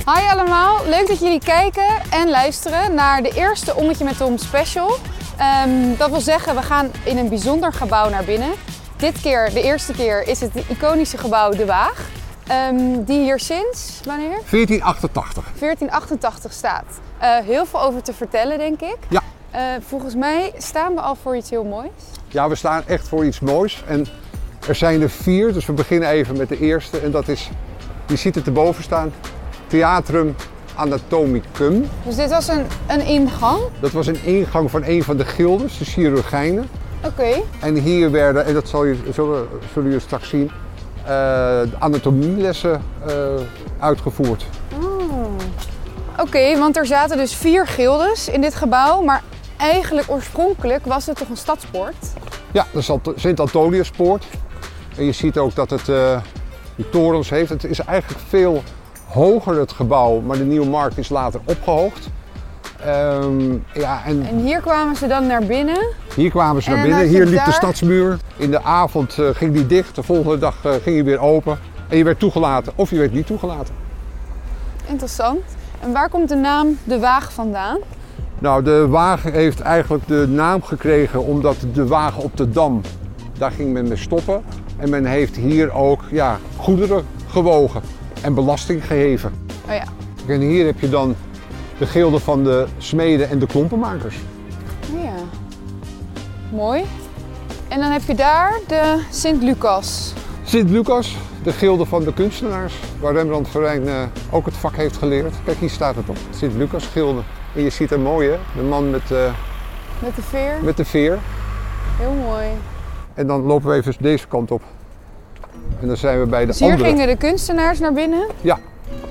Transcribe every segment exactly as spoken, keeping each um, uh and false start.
Hi allemaal, leuk dat jullie kijken en luisteren naar de eerste Ommetje met Tom special. Um, dat wil zeggen, we gaan in een bijzonder gebouw naar binnen. Dit keer, de eerste keer, is het iconische gebouw De Waag. Um, die hier sinds, wanneer? veertien achtentachtig. veertien achtentachtig staat. Uh, heel veel over te vertellen, denk ik. Ja. Uh, volgens mij staan we al voor iets heel moois. Ja, we staan echt voor iets moois. En er zijn er vier, dus we beginnen even met de eerste. En dat is, je ziet het erboven staan, Theatrum Anatomicum. Dus dit was een, een ingang? Dat was een ingang van een van de gildes, de chirurgijnen. Oké. Okay. En hier werden, en dat zal je, zullen, zullen jullie straks zien, uh, anatomielessen uh, uitgevoerd. Oh. Oké, okay, want er zaten dus vier gildes in dit gebouw, maar eigenlijk oorspronkelijk was het toch een stadspoort? Ja, dat is Sint-Antoniuspoort. En je ziet ook dat het uh, die torens heeft. Het is eigenlijk veel hoger het gebouw, maar de Nieuwe Markt is later opgehoogd. Um, ja, en, en hier kwamen ze dan naar binnen? Hier kwamen ze naar binnen. Hier liep daar de stadsmuur. In de avond uh, ging die dicht, de volgende dag uh, ging hij weer open. En je werd toegelaten of je werd niet toegelaten. Interessant. En waar komt de naam De Waag vandaan? Nou, de Waag heeft eigenlijk de naam gekregen omdat de wagen op de Dam, daar ging men mee stoppen. En men heeft hier ook ja, goederen gewogen en belasting geheven. Oh ja. En hier heb je dan de gilde van de smeden en de klompenmakers. Oh ja, mooi. En dan heb je daar de Sint-Lucas. Sint-Lucas, de gilde van de kunstenaars, waar Rembrandt Verijn uh, ook het vak heeft geleerd. Kijk, hier staat het op, Sint-Lucas gilde. En je ziet hem mooi, hè? De man met, uh, met de veer. Met de veer. Heel mooi. En dan lopen we even deze kant op. En dan zijn we bij de dus hier andere. gingen de kunstenaars naar binnen? Ja.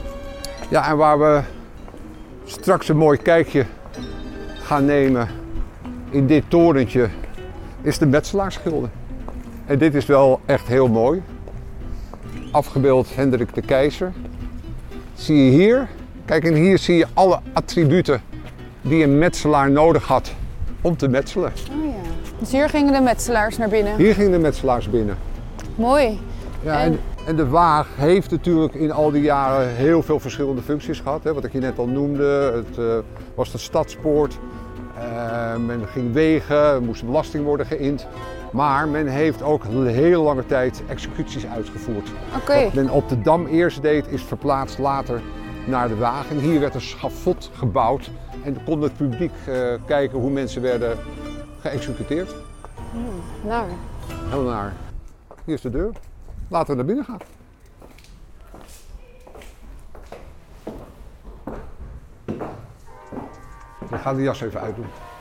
Ja, en waar we straks een mooi kijkje gaan nemen in dit torentje is de Metselaarsgilde. En dit is wel echt heel mooi. Afgebeeld Hendrik de Keizer. Zie je hier. Kijk, en hier zie je alle attributen die een metselaar nodig had om te metselen. Oh ja. Dus hier gingen de metselaars naar binnen? Hier gingen de metselaars binnen. Mooi. Ja, en... En de Waag heeft natuurlijk in al die jaren heel veel verschillende functies gehad. Hè. Wat ik je net al noemde, het uh, was de stadspoort. Uh, men ging wegen, er moest belasting worden geïnd. Maar men heeft ook een hele lange tijd executies uitgevoerd. Okay. Wat men op de Dam eerst deed, is verplaatst later naar de Waag. En hier werd een schafot gebouwd. En dan kon het publiek uh, kijken hoe mensen werden geëxecuteerd. Hmm, naar. Heel naar. Hier is de deur. Laten we naar binnen gaan. We gaan de jas even uitdoen.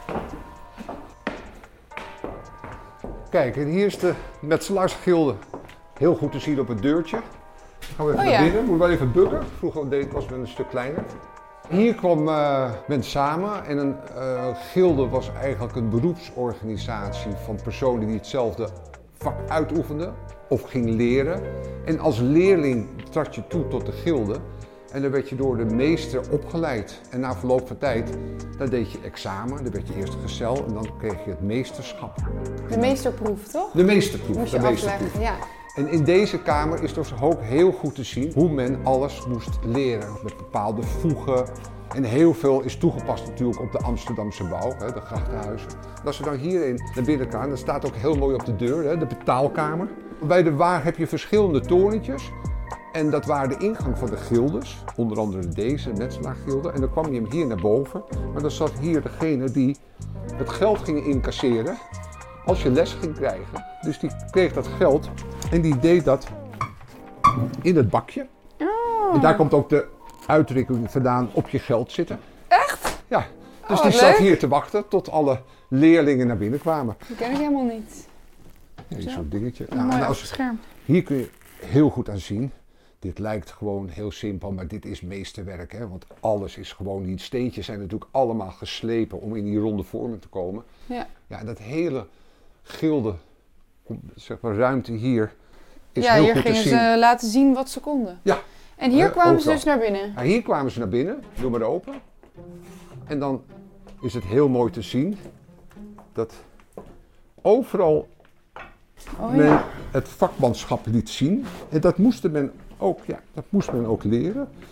Kijk, en hier is de Metselaarsgilde. Heel goed te zien op het deurtje. Dan gaan we even oh, naar ja. binnen. Moet wel even bukken. Vroeger was men een stuk kleiner. Hier kwam uh, men samen en een uh, gilde was eigenlijk een beroepsorganisatie van personen die hetzelfde vak uitoefenden of ging leren. En als leerling trad je toe tot de gilde en dan werd je door de meester opgeleid. En na verloop van tijd, dan deed je examen, dan werd je eerst gezel en dan kreeg je het meesterschap. De meesterproef, toch? De meesterproef, moest de je meesterproef. afleggen, ja. En in deze kamer is dus ook heel goed te zien hoe men alles moest leren. Met bepaalde voegen. En heel veel is toegepast natuurlijk op de Amsterdamse bouw, de grachtenhuizen. En als we dan hierin naar binnen gaan, dan staat ook heel mooi op de deur, de betaalkamer. Bij de Waag heb je verschillende torentjes. En dat waren de ingang van de gildes, onder andere deze, de Metselaargilde. En dan kwam je hem hier naar boven. Maar dan zat hier degene die het geld ging incasseren als je les ging krijgen. Dus die kreeg dat geld en die deed dat in het bakje. Oh. En daar komt ook de uitdrukking vandaan op je geld zitten. Echt? Ja, dus oh, die leuk. zat hier te wachten tot alle leerlingen naar binnen kwamen. Die ken ik helemaal niet. Ja, zo'n dingetje. Nou, nou, als, scherm. Hier kun je heel goed aan zien. Dit lijkt gewoon heel simpel, maar dit is meesterwerk. Hè? Want alles is gewoon, die steentjes zijn natuurlijk allemaal geslepen om in die ronde vormen te komen. Ja. Ja, dat hele gilde, zeg maar, ruimte hier is ja, heel hier goed te zien. gingen ze laten zien wat ze konden. Ja. En hier Uh, kwamen overal. ze dus naar binnen? Ja, hier kwamen ze naar binnen, doe maar open. En dan is het heel mooi te zien dat overal oh, men ja. het vakmanschap liet zien. En dat moest men ook, ja, dat moest men ook leren.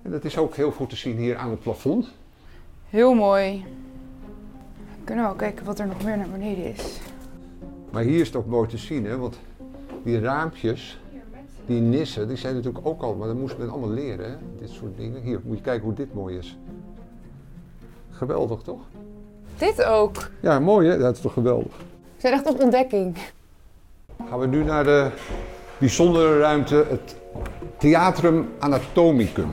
En dat is ook heel goed te zien hier aan het plafond. Heel mooi. We kunnen wel kijken wat er nog meer naar beneden is. Maar hier is het ook mooi te zien, hè? Want die raampjes, die nissen, die zijn natuurlijk ook al, maar dat moest men allemaal leren, hè? Dit soort dingen. Hier, moet je kijken hoe dit mooi is. Geweldig, toch? Dit ook. Ja, mooi hè? Dat is toch geweldig. We zijn echt op ontdekking. Gaan we nu naar de bijzondere ruimte, het Theatrum Anatomicum.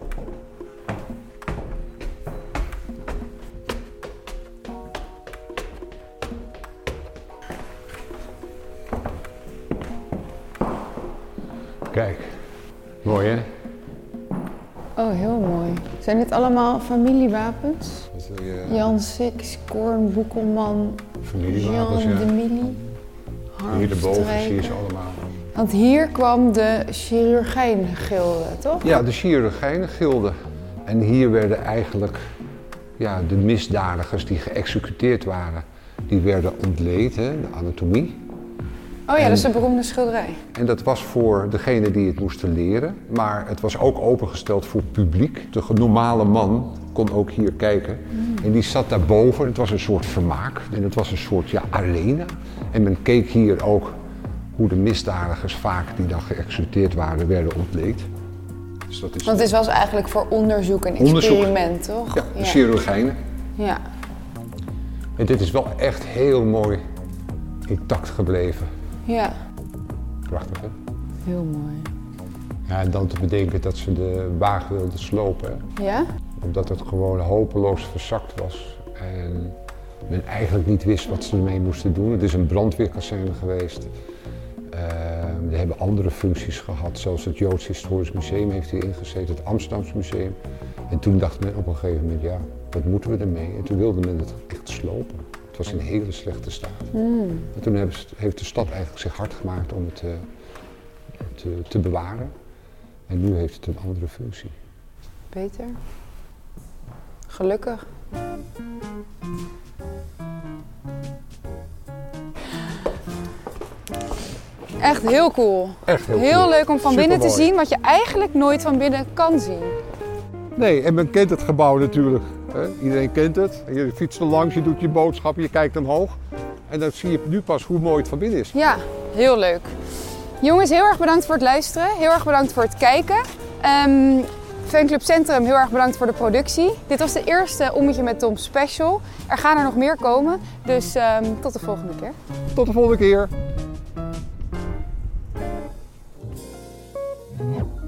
Kijk, mooi hè? Oh, heel mooi. Zijn dit allemaal familiewapens? Dat wil je... Jan Six, Korn, Boekelman, Familiewapens, Jean ja. de Milly. Hier erboven zie je ze allemaal. Want hier kwam de chirurgijngilde, toch? Ja, de chirurgijngilde. En hier werden eigenlijk ja, de misdadigers die geëxecuteerd waren, die werden ontleed, hè, de anatomie. Oh ja, en, dat is een beroemde schilderij. En dat was voor degene die het moesten leren, maar het was ook opengesteld voor het publiek. De normale man kon ook hier kijken. Mm. En die zat daarboven, het was een soort vermaak en het was een soort ja, arena. En men keek hier ook hoe de misdadigers vaak die dan geëxecuteerd waren, werden ontleed. Dus dat is Want dit was eigenlijk voor onderzoek en experiment, onderzoek. Toch? Ja, de ja. chirurgijnen. Ja. En dit is wel echt heel mooi intact gebleven. Ja. Prachtig, hè? Heel mooi. Ja, en dan te bedenken dat ze de waag wilden slopen. Hè? Ja? Omdat het gewoon hopeloos verzakt was. En men eigenlijk niet wist wat ze ermee moesten doen. Het is een brandweerkazerne geweest. Uh, we hebben andere functies gehad, zoals het Joods Historisch Museum heeft hierin gezeten, het Amsterdams Museum. En toen dacht men op een gegeven moment, ja, wat moeten we ermee? En toen wilde men het echt slopen. Het was in hele slechte staat. Mm. En toen heeft de stad eigenlijk zich hard gemaakt om het uh, te, te bewaren. En nu heeft het een andere functie. Beter. Gelukkig. Echt heel cool. Echt heel, heel cool. leuk om van Supermooi. binnen te zien wat je eigenlijk nooit van binnen kan zien. Nee, en men kent het gebouw natuurlijk. Hè? Iedereen kent het. Je fietst er langs, je doet je boodschappen, je kijkt omhoog. En dan zie je nu pas hoe mooi het van binnen is. Ja, heel leuk. Jongens, heel erg bedankt voor het luisteren. Heel erg bedankt voor het kijken. Um, Fanclub Centrum, heel erg bedankt voor de productie. Dit was de eerste Ommetje met Tom special. Er gaan er nog meer komen. Dus um, tot de volgende keer. Tot de volgende keer.